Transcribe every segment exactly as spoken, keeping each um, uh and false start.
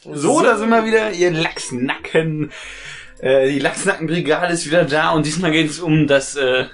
So, so, da sind wir wieder, ihr Lachsnacken. Äh, die Lachsnackenbrigade ist wieder da und diesmal geht es um das, äh,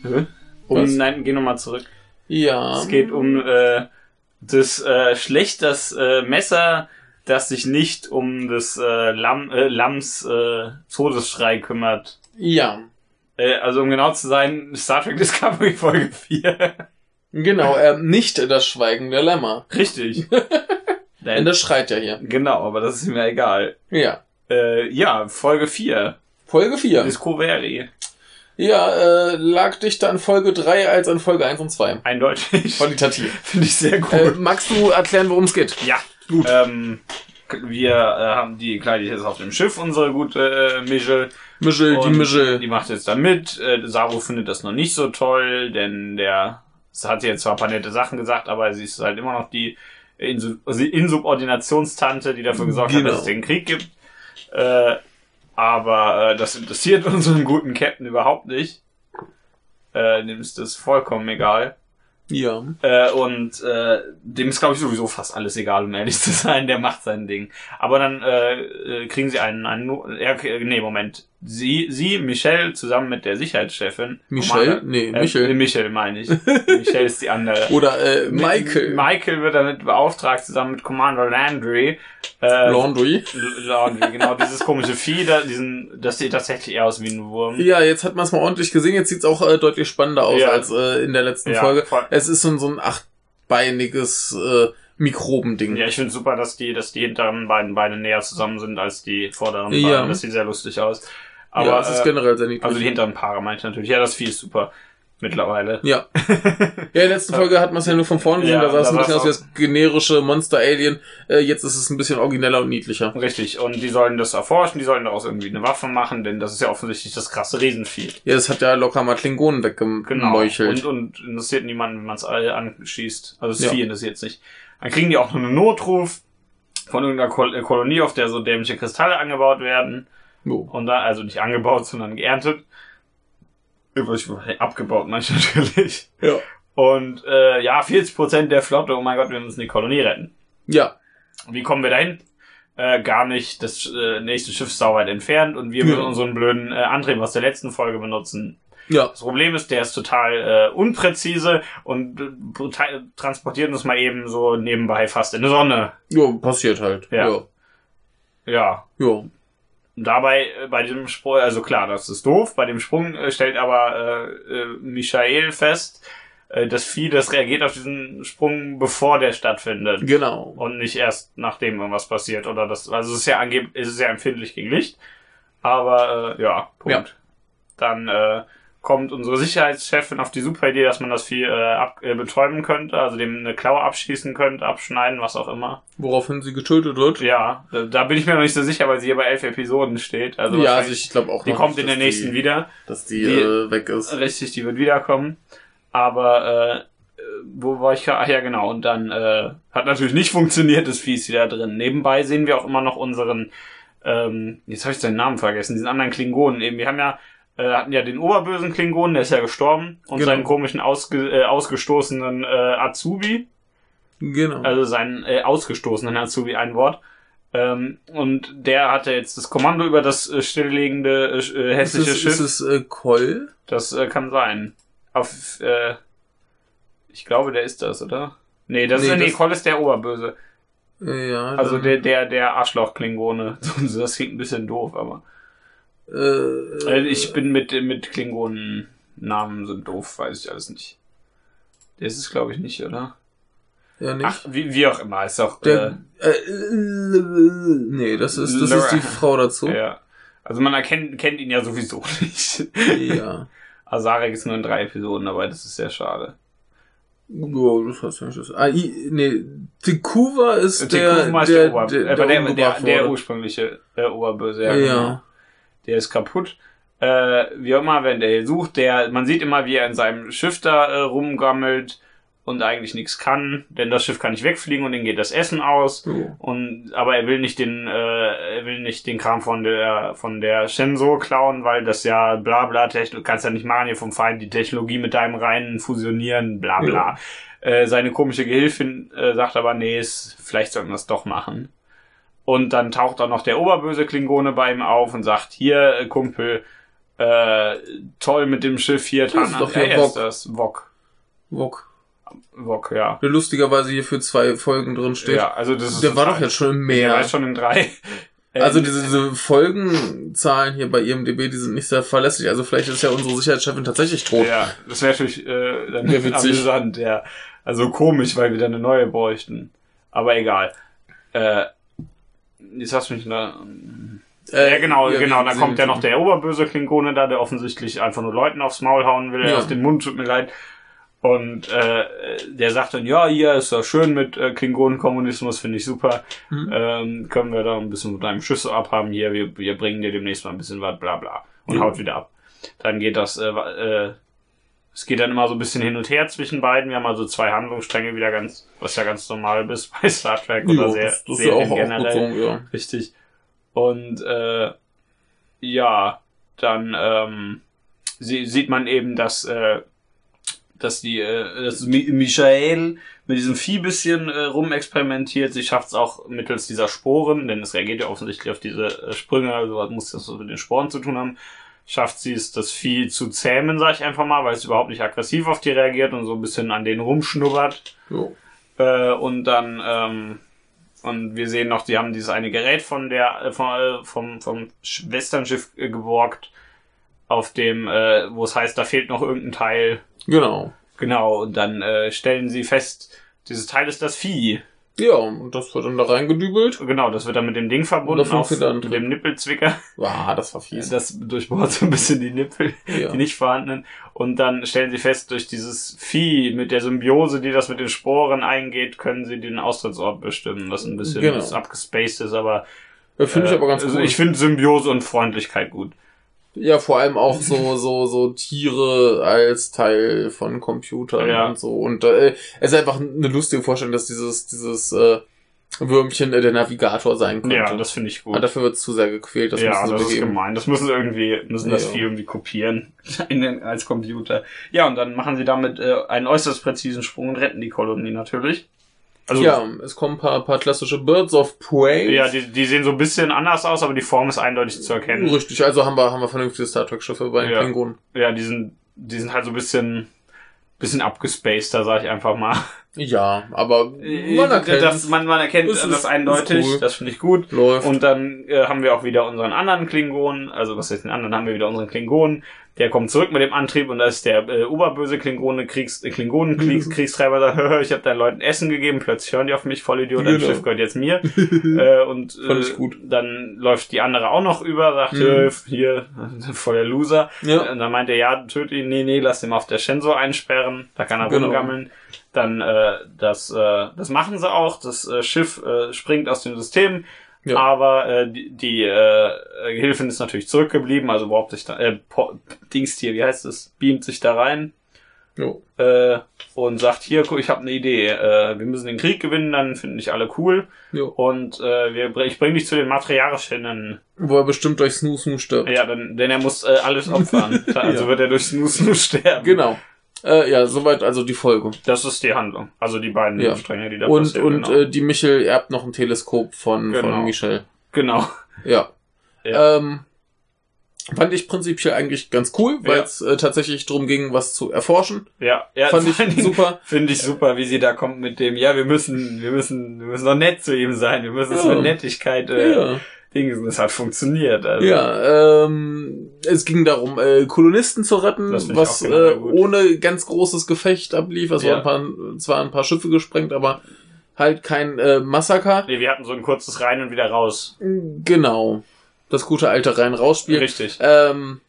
um, Was? nein, geh nochmal zurück. Ja. Es geht um, äh, das, äh, schlecht das, äh, Messer, das sich nicht um das, äh, Lamm, äh, Lamms, äh, Todesschrei kümmert. Ja. Äh, also um genau zu sein, Star Trek Discovery Folge vier. Genau, äh, nicht das Schweigen der Lämmer. Richtig. Denn das schreit ja hier. Genau, aber das ist mir egal. Ja. Äh, ja, Folge vier. Folge vier. Discovery. Ja, äh, lag dichter an Folge drei als an Folge eins und zwei. Eindeutig. Qualitativ. Finde ich sehr gut. Äh, magst du erklären, worum es geht? Ja, gut. Ähm, wir äh, haben die, klar, die ist auf dem Schiff, unsere gute äh, Michel. Michel, die Michel. Die macht jetzt da mit. Äh, Saru findet das noch nicht so toll, denn der, das hat sie jetzt zwar ein paar nette Sachen gesagt, aber sie ist halt immer noch die Insub- Insubordinationstante, die dafür gesorgt genau. hat, dass es den Krieg gibt. Äh, aber äh, das interessiert unseren guten Captain überhaupt nicht. Äh, dem ist das vollkommen egal. Ja. Äh, und äh, dem ist, glaube ich, sowieso fast alles egal, um ehrlich zu sein. Der macht sein Ding. Aber dann äh, kriegen sie einen... einen äh, nee, Moment. Sie, sie, Michelle, zusammen mit der Sicherheitschefin... Michelle? Nee, äh, Michel. Äh, Michelle meine ich. Michelle ist die andere. Oder äh, Michael. Michael wird damit beauftragt, zusammen mit Commander Landry... Äh, Laundry. Laundry, genau. Dieses komische Vieh, da, diesen, das sieht tatsächlich eher aus wie ein Wurm. Ja, jetzt hat man es mal ordentlich gesehen. Jetzt sieht's auch äh, deutlich spannender aus ja. als äh, in der letzten ja, Folge. Voll. Es ist so ein, so ein achtbeiniges äh, Mikrobending. Ja, ich finde super, dass die, dass die hinteren beiden Beine näher zusammen sind als die vorderen ja. Beine. Das sieht sehr lustig aus. Aber ja, es ist generell sehr niedlich. Also die hinteren Paare meinte ich natürlich. Ja, das Vieh ist super. Mittlerweile. Ja. Ja, in der letzten Folge hat man es ja nur von vorne gesehen, ja, da sah es ein bisschen aus wie das generische Monster-Alien. Äh, jetzt ist es ein bisschen origineller und niedlicher. Richtig, und die sollen das erforschen, die sollen daraus irgendwie eine Waffe machen, denn das ist ja offensichtlich das krasse Riesenvieh. Ja, das hat ja locker mal Klingonen weggemeuchelt. Genau, und, und interessiert niemanden, wenn man es alle anschießt. Also das ja. Vieh interessiert es nicht. Dann kriegen die auch noch einen Notruf von irgendeiner Kol- Kolonie, auf der so dämliche Kristalle angebaut werden. Oh. Und da, also nicht angebaut, sondern geerntet. Abgebaut, manchmal natürlich. Ja. Und äh, ja, vierzig Prozent der Flotte, oh mein Gott, wir müssen die Kolonie retten. Ja. Wie kommen wir dahin? Äh, gar nicht. Das äh, nächste Schiff ist sauweit entfernt und wir müssen ja. unseren blöden äh, Antrieb aus der letzten Folge benutzen. Ja. Das Problem ist, der ist total äh, unpräzise und äh, tra- transportiert uns mal eben so nebenbei fast in die Sonne. Ja, passiert halt. Ja. Ja. Ja. ja. Dabei, äh, bei diesem Sprung, also klar, das ist doof, bei dem Sprung äh, stellt aber äh, äh, Michael fest, äh, das Vieh, das reagiert auf diesen Sprung, bevor der stattfindet. Genau. Und nicht erst, nachdem irgendwas passiert, oder das, also es ist ja angeblich, es ist ja empfindlich gegen Licht, aber äh, ja, Punkt. Ja. Dann äh, kommt unsere Sicherheitschefin auf die super Idee, dass man das Vieh äh, ab, äh, betäuben könnte, also dem eine Klaue abschießen könnte, abschneiden, was auch immer. Woraufhin sie getötet wird. Ja, da, da bin ich mir noch nicht so sicher, weil sie hier bei elf Episoden steht. Also ja, also ich glaube auch die noch, kommt in der nächsten die, wieder. Dass die, die äh, weg ist. Richtig, die wird wiederkommen. Aber äh, wo war ich? Ach ja, genau. Und dann äh, hat natürlich nicht funktioniert, das Vieh ist wieder drin. Nebenbei sehen wir auch immer noch unseren, ähm, jetzt habe ich seinen Namen vergessen, diesen anderen Klingonen eben. Wir haben ja äh, hatten ja den oberbösen Klingonen, der ist ja gestorben, und genau. seinen komischen ausge, äh, ausgestoßenen äh, Azubi. Genau. Also seinen äh, ausgestoßenen Azubi, ein Wort. Ähm, und der hatte jetzt das Kommando über das äh, stilllegende äh, hässliche ist es, Schiff. Ist es äh, Koll? Das äh, kann sein. Auf, äh, ich glaube, der ist das, oder? Nee, das nee, ist, nee, das Koll ist der oberböse. Ja. Also der, der, der Arschloch-Klingone. Das klingt ein bisschen doof, aber. Äh, äh, ich bin mit, mit Klingonen, Namen sind doof, weiß ich alles nicht. Der ist es, glaube ich, nicht, oder? Ja, nicht. Ach, wie, wie auch immer, ist auch, der, äh, äh, nee, das ist, das ist die Frau dazu. Ja. Also man erkennt, kennt ihn ja sowieso nicht. Ja. Azarek ist nur in drei Episoden dabei, das ist sehr schade. Ja, das heißt nicht, das, ah, i, nee, Tekuva ist der, Tekuva ist der, der, Ober, der, der, der, der, der, der ursprüngliche äh, Oberböse, ja, ja. Genau. Der ist kaputt. Äh, wie auch immer, wenn der sucht, der, man sieht immer, wie er in seinem Schiff da äh, rumgammelt und eigentlich nichts kann, denn das Schiff kann nicht wegfliegen und ihm geht das Essen aus. Oh. Und aber er will nicht den, äh, er will nicht den Kram von der von der Shenzhou klauen, weil das ja bla bla Technologie, kannst ja nicht machen hier vom Feind die Technologie mit deinem reinen fusionieren, bla bla. Ja. Äh, seine komische Gehilfin äh, sagt aber, nee, es, vielleicht sollten wir es doch machen. Und dann taucht auch noch der oberböse Klingone bei ihm auf und sagt, hier, Kumpel, äh, toll mit dem Schiff hier. Das ist doch hier äh, Wok. Das Wok. Wok. Wok, ja. Der lustigerweise hier für zwei Folgen drin steht. Ja, also das ist der war doch jetzt schon im Meer. Der war schon in drei. Also diese, diese Folgenzahlen hier bei I M D B, die sind nicht sehr verlässlich. Also vielleicht ist ja unsere Sicherheitschefin tatsächlich tot. Ja, das wäre natürlich äh, dann wär amüsant, ja. Also komisch, weil wir dann eine neue bräuchten. Aber egal. Äh, jetzt hast du mich da... Äh, ja, genau, ja, genau. Dann kommt ja noch der oberböse Klingone da, der offensichtlich einfach nur Leuten aufs Maul hauen will, ja. auf den Mund, tut mir leid. Und äh, der sagt dann, ja, hier ist ja schön mit äh, Klingonenkommunismus, finde ich super. Mhm. Ähm, können wir da ein bisschen mit einem Schüsse abhaben hier, wir, wir bringen dir demnächst mal ein bisschen was, bla bla. Und mhm. haut wieder ab. Dann geht das, äh, äh, es geht dann immer so ein bisschen hin und her zwischen beiden. Wir haben also zwei Handlungsstränge wieder ganz, was ja ganz normal ist bei Star Trek oder jo, sehr, das, das sehr ja auch generell. Bezogen, ja. Richtig. Und äh, ja, dann ähm, sie, sieht man eben, dass äh, dass die äh, dass Michael mit diesem Vieh bisschen äh, rumexperimentiert. Sie schafft es auch mittels dieser Sporen, denn es reagiert ja offensichtlich auf diese äh, Sprünge, also was muss das mit den Sporen zu tun haben. Schafft sie es, das Vieh zu zähmen, sag ich einfach mal, weil es überhaupt nicht aggressiv auf die reagiert und so ein bisschen an denen rumschnuppert. Jo. Äh, und dann ähm, und wir sehen noch, die haben dieses eine Gerät von der äh, vom, äh, vom vom Westernschiff äh, geborgt, auf dem, äh, wo es heißt, da fehlt noch irgendein Teil. Genau. Genau, und dann äh, stellen sie fest, dieses Teil ist das Vieh. Ja, und das wird dann da reingedübelt. Genau, das wird dann mit dem Ding verbunden, auf, mit dem Nippelzwicker. Ah, das war fies. Das durchbohrt so ein bisschen die Nippel, ja. die nicht vorhandenen. Und dann stellen sie fest, durch dieses Vieh mit der Symbiose, die das mit den Sporen eingeht, können sie den Austrittsort bestimmen, was ein bisschen genau. abgespaced ist, aber... Ja, finde äh, ich aber ganz also cool. Ich finde Symbiose und Freundlichkeit gut. Ja, vor allem auch so so so Tiere als Teil von Computern ja. und so. Und äh, es ist einfach eine lustige Vorstellung, dass dieses dieses äh, Würmchen äh, der Navigator sein könnte. Ja, das finde ich gut. Aber dafür wird es zu sehr gequält. Das ja, müssen das sie ist begeben. gemein. Das müssen sie irgendwie, müssen das ja. Vieh irgendwie kopieren in den, als Computer. Ja, und dann machen sie damit äh, einen äußerst präzisen Sprung und retten die Kolonie natürlich. Also, ja, es kommen ein paar, paar klassische Birds of Prey. Ja, die, die sehen so ein bisschen anders aus, aber die Form ist eindeutig zu erkennen. Richtig, also haben wir, haben wir vernünftige Star Trek Schiffe bei den ja. Klingonen. Ja, die sind, die sind halt so ein bisschen, bisschen abgespaceder, sag ich einfach mal. Ja, aber man erkennt, das, man, man erkennt das ist, eindeutig, cool. Das finde ich gut. Läuft. Und dann äh, haben wir auch wieder unseren anderen Klingonen, also was heißt den anderen, haben wir wieder unseren Klingonen. Der kommt zurück mit dem Antrieb und da ist der äh, oberböse Klingone Kriegs äh, Klingonen Kriegs Kriegstreiber sagt, hör, ich habe deinen Leuten Essen gegeben, plötzlich hören die auf mich, Vollidiot, dein genau. Schiff gehört jetzt mir. äh, und Fand ich gut. äh, dann läuft die andere auch noch über, sagt, mhm. äh, hier, voll der Loser. Ja. Und dann meint er, ja, töte ihn, nee, nee, lass den mal auf der Shenzhou einsperren, da kann er genau. rumgammeln. Dann äh, das äh, das machen sie auch, das äh, Schiff äh, springt aus dem System. Ja. Aber äh, die, die äh, Gehilfin ist natürlich zurückgeblieben, also überhaupt sich da, äh, Dingstier, wie heißt es, beamt sich da rein jo. äh, und sagt, hier, guck, ich habe eine Idee, äh, wir müssen den Krieg gewinnen, dann finden dich alle cool jo. und äh, wir, ich bring dich zu den Matriarchinnen. Wo er bestimmt durch Snoo Snoo stirbt. Ja, denn, denn er muss äh, alles opfern, also ja. wird er durch Snoo Snoo sterben. Genau. Äh, ja, soweit also die Folge. Das ist die Handlung. Also die beiden ja. Stränge, die da und, passieren. Und genau. äh, die Michel erbt noch ein Teleskop von, genau. von Michel. Genau. Ja. ja. Ähm, fand ich prinzipiell eigentlich ganz cool, weil es ja. äh, tatsächlich darum ging, was zu erforschen. Ja, ja. Fand ich super. Finde ich super, wie sie da kommt mit dem, ja, wir müssen, wir müssen, wir müssen doch nett zu ihm sein. Wir müssen es ja. mit Nettigkeit äh, ja. Dings. Das hat funktioniert. Also. Ja, ähm, es ging darum, äh, Kolonisten zu retten, was äh, ohne ganz großes Gefecht ablief. Es ja. waren ein paar, zwar ein paar Schiffe gesprengt, aber halt kein äh, Massaker. Nee, wir hatten so ein kurzes Rein und wieder raus. Genau. Das gute alte Rein-Raus-Spiel. Richtig. Ähm,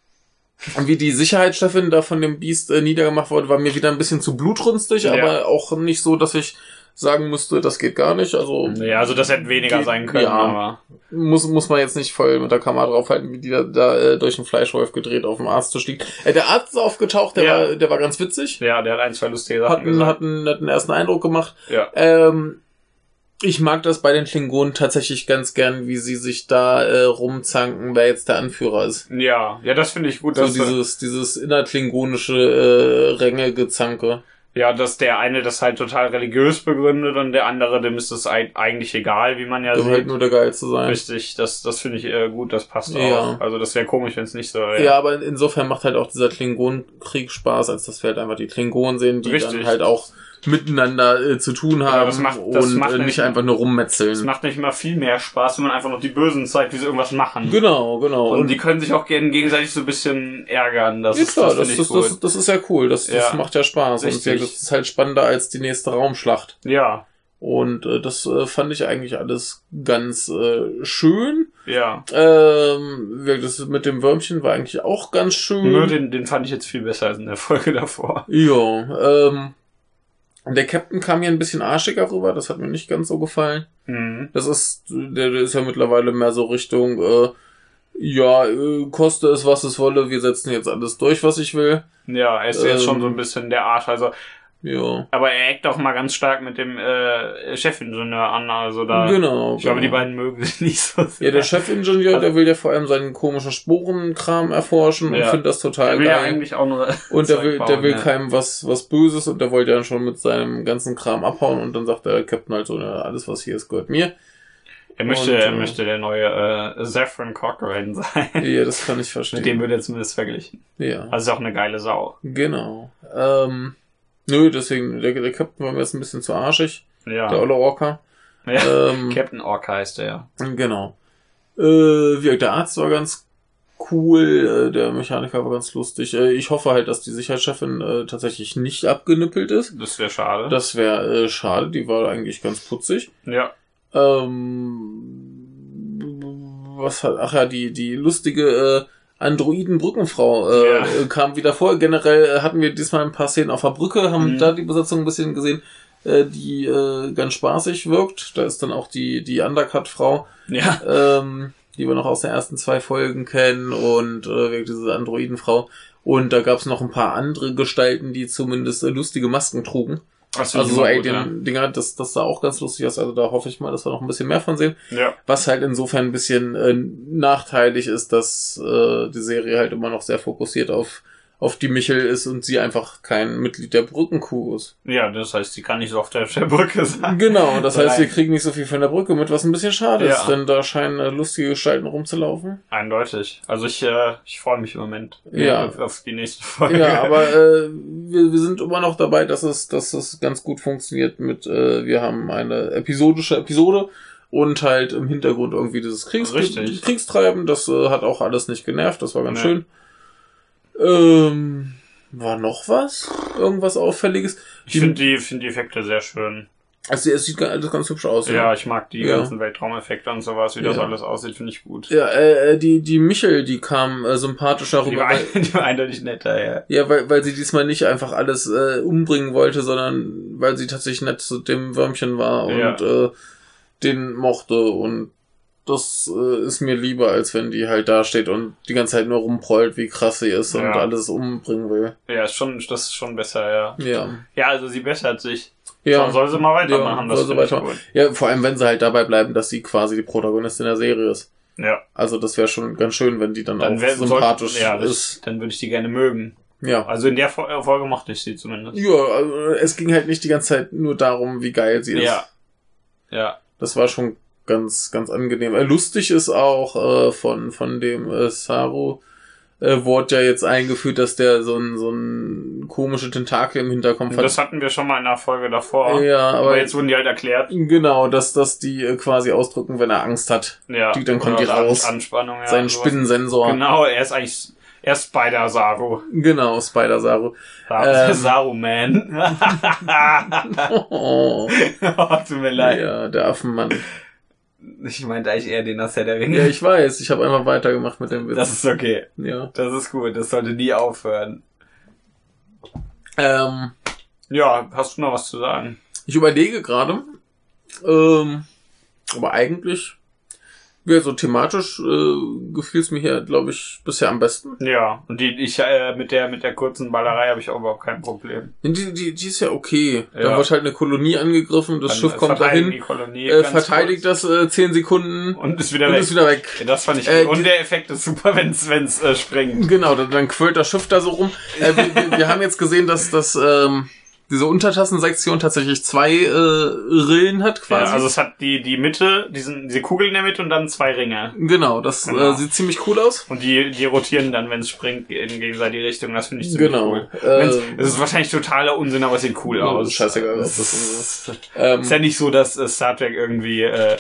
wie die Sicherheitschefin da von dem Biest äh, niedergemacht wurde, war mir wieder ein bisschen zu blutrünstig, ja. aber auch nicht so, dass ich sagen musste, das geht gar nicht. Also ja, also das hätte weniger geht, sein können. Ja, aber muss muss man jetzt nicht voll mit der Kamera draufhalten, wie die da, da äh, durch den Fleischwolf gedreht auf dem Arzttisch liegt. Äh, der Arzt ist aufgetaucht, der ja. war der war ganz witzig. Ja, der hat ein, zwei lustige Sachen hat, gesagt. Hat einen, hat einen ersten Eindruck gemacht. Ja. Ähm, ich mag das bei den Klingonen tatsächlich ganz gern, wie sie sich da äh, rumzanken, wer jetzt der Anführer ist. Ja, ja, das finde ich gut. Also dieses dieses innerklingonische äh, Ränge-Gezanke. Ja, dass der eine das halt total religiös begründet und der andere, dem ist es eigentlich egal, wie man ja sieht. halt nur der Geilste sein. Richtig, das, das finde ich äh, gut, das passt ja. auch. Also das wäre komisch, wenn es nicht so wäre. Ja. ja, aber insofern macht halt auch dieser Klingonenkrieg Spaß, als dass wir halt einfach die Klingonen sehen, die Richtig. dann halt auch miteinander äh, zu tun haben ja, das macht, das und macht äh, nicht, nicht einfach nur rummetzeln. Es macht nicht immer viel mehr Spaß, wenn man einfach noch die Bösen zeigt, wie sie irgendwas machen. Genau, genau. Und, und die können sich auch gerne gegenseitig so ein bisschen ärgern. Das ja, ist, klar, das, das, das, das, das ist ja cool. Das, das ja. macht ja Spaß. Richtig. Und das ist halt spannender als die nächste Raumschlacht. Ja. Und äh, das äh, fand ich eigentlich alles ganz äh, schön. Ja. Ähm, das mit dem Würmchen war eigentlich auch ganz schön. Nur den, den fand ich jetzt viel besser als in der Folge davor. Ja, ähm... Der Captain kam hier ein bisschen arschiger rüber, das hat mir nicht ganz so gefallen. Mhm. Das ist, der, der ist ja mittlerweile mehr so Richtung, äh, ja, äh, koste es, was es wolle, wir setzen jetzt alles durch, was ich will. Ja, er ist ähm, jetzt schon so ein bisschen der Arsch, also. Ja. Aber er eckt auch mal ganz stark mit dem äh, Chefingenieur an, also da. Genau. Ich glaube, genau. die beiden mögen sich nicht so sehr. Ja, der Chefingenieur, also, der will ja vor allem seinen komischen Sporenkram erforschen ja. und findet das total der will geil. Ja eigentlich auch nur und der will, bauen, der will ja. keinem was was Böses und der wollte ja schon mit seinem ganzen Kram abhauen und dann sagt der Captain halt so, ja, alles was hier ist, gehört mir. Er möchte, und, er äh, möchte der neue äh, Saffron Cochrane sein. Ja, das kann ich verstehen. Mit dem wird er zumindest verglichen. Ja. Also ist auch eine geile Sau. Genau. Ähm, nö, deswegen, der, der Captain war mir jetzt ein bisschen zu arschig. Ja. Der Olle Orca. Ja, ähm, Captain Orca heißt der, ja. Genau. Äh, wie, der Arzt war ganz cool, äh, der Mechaniker war ganz lustig. Äh, ich hoffe halt, dass die Sicherheitschefin äh, tatsächlich nicht abgenippelt ist. Das wäre schade. Das wäre äh, schade, die war eigentlich ganz putzig. Ja. Ähm, was hat, ach ja, die, die lustige äh, Androiden-Brückenfrau äh, ja. kam wieder vor. Generell äh, hatten wir diesmal ein paar Szenen auf der Brücke, haben mhm. da die Besatzung ein bisschen gesehen, äh, die äh, ganz spaßig wirkt. Da ist dann auch die, die Undercut-Frau, ja. ähm, die wir noch aus den ersten zwei Folgen kennen und äh, diese Androidenfrau. Und da gab es noch ein paar andere Gestalten, die zumindest äh, lustige Masken trugen. So, also so Alien-Dinger, ja. das, das sah auch ganz lustig aus. Also da hoffe ich mal, dass wir noch ein bisschen mehr von sehen. Ja. Was halt insofern ein bisschen äh, nachteilig ist, dass äh, die Serie halt immer noch sehr fokussiert auf auf die Michel ist und sie einfach kein Mitglied der Brückencrew ist. Ja, das heißt, sie kann nicht so oft auf der Brücke sein. Genau, das heißt, wir kriegen nicht so viel von der Brücke mit, was ein bisschen schade ja. ist, denn da scheinen äh, lustige Gestalten rumzulaufen. Eindeutig. Also ich äh, ich freue mich im Moment ja. auf, auf die nächste Folge. Ja, aber äh, wir, wir sind immer noch dabei, dass es, dass es ganz gut funktioniert mit, äh, wir haben eine episodische Episode und halt im Hintergrund irgendwie dieses Kriegs- Richtig. Kriegstreiben, das äh, hat auch alles nicht genervt, das war ganz ja. schön. Ähm, war noch was? Irgendwas Auffälliges? Ich finde die, finde die Effekte sehr schön. Also es sieht alles ganz hübsch aus. Ja, ja. ich mag die ja. ganzen Weltraumeffekte und sowas, wie das ja. alles aussieht, finde ich gut. Ja, äh, die, die Michel, die kam äh, sympathischer die rüber. War, weil, die war eindeutig netter, ja. Ja, weil, weil sie diesmal nicht einfach alles äh, umbringen wollte, sondern weil sie tatsächlich nett zu dem Würmchen war und ja. äh, den mochte und das äh, ist mir lieber, als wenn die halt da steht und die ganze Zeit nur rumprollt, wie krass sie ist ja. und alles umbringen will. Ja, ist schon, das ist schon besser, ja. Ja. Ja, also sie bessert sich. Ja. So, soll sie mal weitermachen, ja, das finde ich gut. Ja, vor allem, wenn sie halt dabei bleiben, dass sie quasi die Protagonistin der Serie ist. Ja. Also das wäre schon ganz schön, wenn die dann, dann auch wär, sympathisch soll, ja, ist. Das, dann würde ich die gerne mögen. Ja. Also in der Folge mochte ich sie zumindest. Ja, also es ging halt nicht die ganze Zeit nur darum, wie geil sie ist. Ja. Ja. Das war schon ganz, ganz angenehm. Lustig ist auch äh, von von dem äh, Saru äh, wurde ja jetzt eingeführt, dass der so ein so ein komische Tentakel im Hinterkopf hat. Das hatten wir schon mal in der Folge davor. Ja, aber, aber jetzt wurden die halt erklärt. Genau, dass dass die äh, quasi ausdrücken, wenn er Angst hat. Ja. Die, dann kommt die raus. Anspannung, ja. Sein Spinnensensor. Genau, er ist eigentlich er ist Spider Saru. Genau, Spider Saru. Ähm, Saru Man. oh. oh, tut mir leid. Ja, der Affenmann. Ich meinte eigentlich eher den aus Herr der Ringe. Ja, ich weiß. Ich habe einfach weitergemacht mit dem Witz. Das ist okay. Ja. Das ist gut. Das sollte nie aufhören. Ähm, ja, hast du noch was zu sagen? Ich überlege gerade. Ähm, aber eigentlich, ja, so thematisch äh, gefiel es mir hier, glaube ich, bisher am besten. Ja, und die ich äh, mit der mit der kurzen Ballerei habe ich auch überhaupt kein Problem. Die, die, die ist ja okay. Ja. Da wird halt eine Kolonie angegriffen, das Dann Schiff kommt dahin, die Kolonie äh, verteidigt kurz. das äh, zehn Sekunden und ist wieder und weg. Ist wieder weg. Ja, das fand ich äh, gut. Und der Effekt ist super, wenn es wenn's, äh, springt. Genau, dann, dann quillt das Schiff da so rum. Äh, wir, wir, wir haben jetzt gesehen, dass das ähm, diese Untertassensektion tatsächlich zwei äh, Rillen hat quasi. Ja, also es hat die die Mitte, diesen diese Kugel in der Mitte und dann zwei Ringe. Genau, das genau. Äh, sieht ziemlich cool aus. Und die die rotieren dann, wenn es springt, in gegenseitige Richtung. Das finde ich ziemlich genau. cool. Äh, es ist wahrscheinlich totaler Unsinn, aber es sieht cool ja, aus. Scheißegal. Es ist, ist, ähm, ist ja nicht so, dass äh, Star Trek irgendwie äh,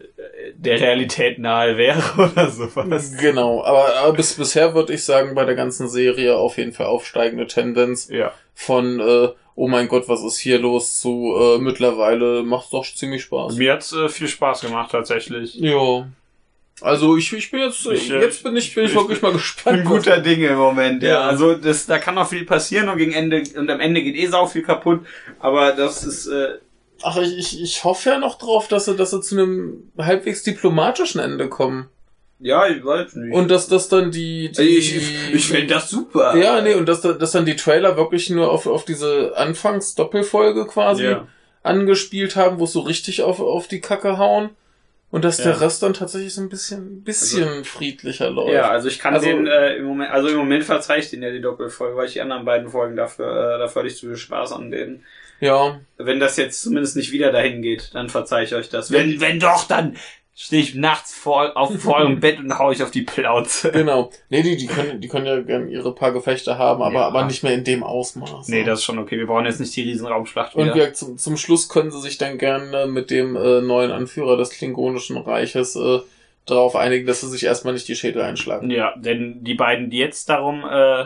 der Realität nahe wäre oder sowas. Genau, aber, aber bis bisher würde ich sagen, bei der ganzen Serie auf jeden Fall aufsteigende Tendenz. Ja. Von äh, oh mein Gott, was ist hier los, zu äh, mittlerweile macht's doch ziemlich Spaß. Mir hat's äh, viel Spaß gemacht, tatsächlich. Ja. Also ich, ich bin jetzt, ich, jetzt bin ich, bin ich, ich wirklich mal gespannt. Ich bin guter Dinge im Moment, ja. ja. Also das, da kann noch viel passieren und gegen Ende, und am Ende geht eh sau viel kaputt, aber das ist, äh, Ach, ich, ich, ich hoffe ja noch drauf, dass sie, dass sie zu einem halbwegs diplomatischen Ende kommen. Ja, ich weiß nicht. Und dass das dann die... die ich ich finde das super. Ja, nee, und dass, dass dann die Trailer wirklich nur auf, auf diese Anfangs-Doppelfolge quasi ja. angespielt haben, wo es so richtig auf, auf die Kacke hauen. Und dass ja. der Rest dann tatsächlich so ein bisschen, bisschen also, friedlicher läuft. Ja, also ich kann also, den äh, im Moment, also im Moment verzeihe ich den ja die Doppelfolge, weil ich die anderen beiden Folgen dafür, äh, dafür hatte ich zu viel Spaß an denen. Ja. Wenn das jetzt zumindest nicht wieder dahin geht, dann verzeihe ich euch das. Wenn, wenn doch, dann stehe ich nachts vor, auf, vor eurem Bett und hau ich auf die Plauze. Genau. Nee, die, die können, die können ja gerne ihre paar Gefechte haben, aber, ja. aber nicht mehr in dem Ausmaß. Nee, das ist schon okay. Wir brauchen jetzt nicht die Riesenraumschlacht wieder. Und wir, zum, zum Schluss können sie sich dann gerne mit dem äh, neuen Anführer des Klingonischen Reiches äh, darauf einigen, dass sie sich erstmal nicht die Schädel einschlagen. Ja, denn die beiden, die jetzt darum äh,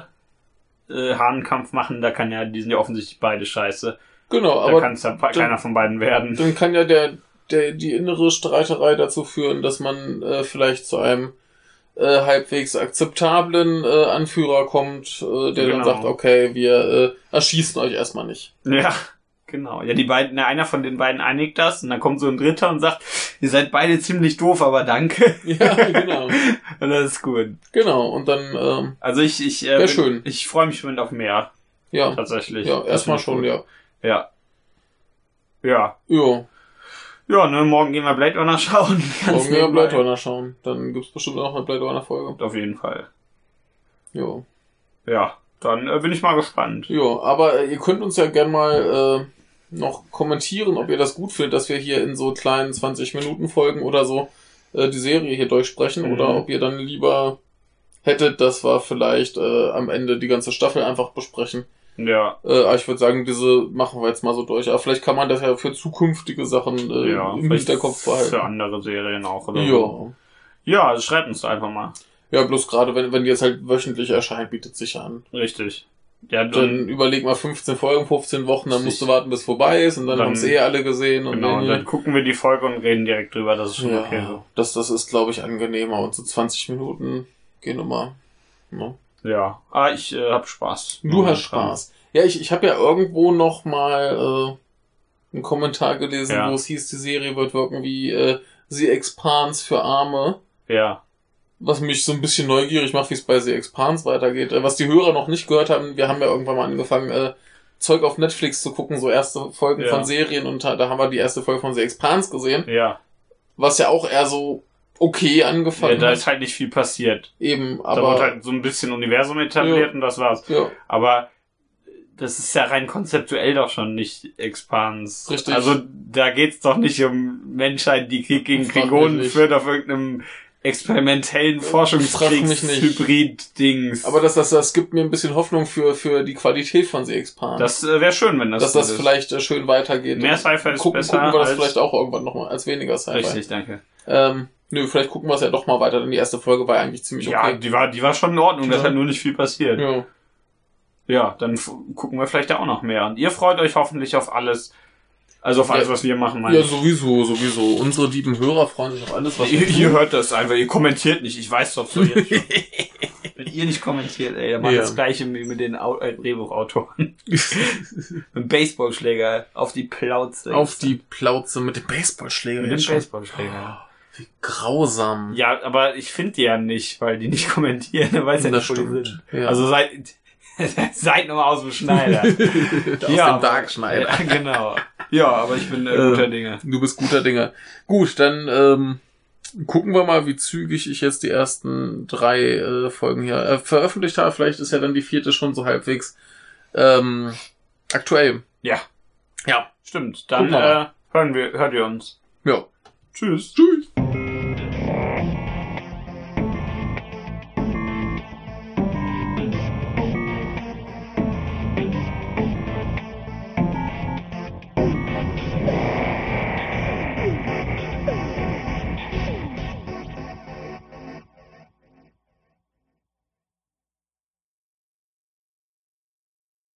äh, Hahnenkampf machen, da kann ja, die sind ja offensichtlich beide scheiße. Genau, da aber... kann es ja keiner von beiden werden. Dann kann ja der, der die innere Streiterei dazu führen, dass man äh, vielleicht zu einem äh, halbwegs akzeptablen äh, Anführer kommt, äh, der genau. dann sagt, okay, wir äh, erschießen euch erstmal nicht. Ja, genau. Ja, die beiden, na, einer von den beiden einigt das und dann kommt so ein Dritter und sagt, ihr seid beide ziemlich doof, aber danke. Ja, genau. Und das ist gut. Genau, und dann ähm, also ich ich äh, bin, schön. ich freue mich schon auf mehr. Ja. Tatsächlich. Ja, erstmal schon, gut. ja. Ja. Ja. Ja. Ja, ne, morgen gehen wir Blade Runner schauen. Morgen gehen wir Blade Runner schauen. Dann gibt's bestimmt auch eine Blade Runner Folge. Auf jeden Fall. Jo. Ja, dann äh, bin ich mal gespannt. Jo, aber äh, ihr könnt uns ja gern mal äh, noch kommentieren, ob ihr das gut findet, dass wir hier in so kleinen zwanzig Minuten Folgen oder so äh, die Serie hier durchsprechen, mhm. oder ob ihr dann lieber hättet, dass wir vielleicht äh, am Ende die ganze Staffel einfach besprechen. Ja. Äh, aber ich würde sagen, diese machen wir jetzt mal so durch. Aber vielleicht kann man das ja für zukünftige Sachen äh, ja, im Hinterkopf behalten. Für andere Serien auch, oder? Ja. So. Ja, also schreibt uns da einfach mal. Ja, bloß gerade, wenn, wenn die jetzt halt wöchentlich erscheint, bietet sich an. Richtig. Ja, dann, dann überleg mal fünfzehn Folgen, fünfzehn Wochen, dann musst du warten, bis vorbei ist und dann, dann haben sie eh alle gesehen. Und genau, dann, und dann gucken wir die Folge und reden direkt drüber, das ist schon ja, okay so. Das, das ist, glaube ich, angenehmer und so zwanzig Minuten gehen immer. Ne? Ja, ah, ich äh, hab Spaß. Du hast Spaß. Ja, ich, ich habe ja irgendwo noch mal äh, einen Kommentar gelesen, ja. wo es hieß, die Serie wird wirken wie äh, The Expanse für Arme. Ja. Was mich so ein bisschen neugierig macht, wie es bei The Expanse weitergeht. Äh, was die Hörer noch nicht gehört haben, wir haben ja irgendwann mal angefangen, äh, Zeug auf Netflix zu gucken, so erste Folgen ja. von Serien, und da haben wir die erste Folge von The Expanse gesehen. Ja. Was ja auch eher so okay angefangen hat. Ja, da ist halt nicht viel passiert. Eben, aber... Da wird halt so ein bisschen Universum etabliert ja. und das war's. Ja. Aber das ist ja rein konzeptuell doch schon nicht Expanse. Richtig. Also da geht's doch nicht um Menschheit, die Krieg gegen Klingonen führt auf irgendeinem experimentellen Forschungskriegs-Hybrid-Dings. Aber das, das, das gibt mir ein bisschen Hoffnung für, für die Qualität von The Expanse. Das äh, wäre schön, wenn das Dass das ist. vielleicht äh, schön weitergeht. Mehr Sci-Fi ist gucken, besser. Gucken wir das als vielleicht auch irgendwann nochmal als weniger Sci-Fi. Richtig, danke. Ähm, nö, vielleicht gucken wir es ja doch mal weiter, denn die erste Folge war eigentlich ziemlich okay. Ja, die war, die war schon in Ordnung, ja. da ist halt nur nicht viel passiert. Ja. Ja, dann f- gucken wir vielleicht ja auch noch mehr. Und ihr freut euch hoffentlich auf alles. Also auf alles, ja, was wir machen, meine Ja, ich. sowieso, sowieso. Unsere lieben Hörer freuen sich auf alles, was ihr, wir tun. Ihr hört das einfach, ihr kommentiert nicht. Ich weiß doch so jetzt schon. Wenn ihr nicht kommentiert, ey, dann macht ja. das Gleiche wie mit den Au- äh, Drehbuchautoren. Mit Baseballschläger auf die Plauze. Auf die Plauze mit dem Baseballschläger. Mit dem Baseballschläger. Oh, wie grausam. Ja, aber ich finde die ja nicht, weil die nicht kommentieren, dann weiß ja nicht, wo die sind. Ja. Also seid, seid nochmal aus dem Schneider. aus ja, dem Darkschneider. Ja, genau. Ja, aber ich bin äh, guter Dinge. Du bist guter Dinge. Gut, dann ähm, gucken wir mal, wie zügig ich jetzt die ersten drei äh, Folgen hier äh, veröffentlicht habe. Vielleicht ist ja dann die vierte schon so halbwegs ähm, aktuell. Ja. Ja. Stimmt. Dann äh, hören wir, hört ihr uns. Ja. Tschüss. Tschüss.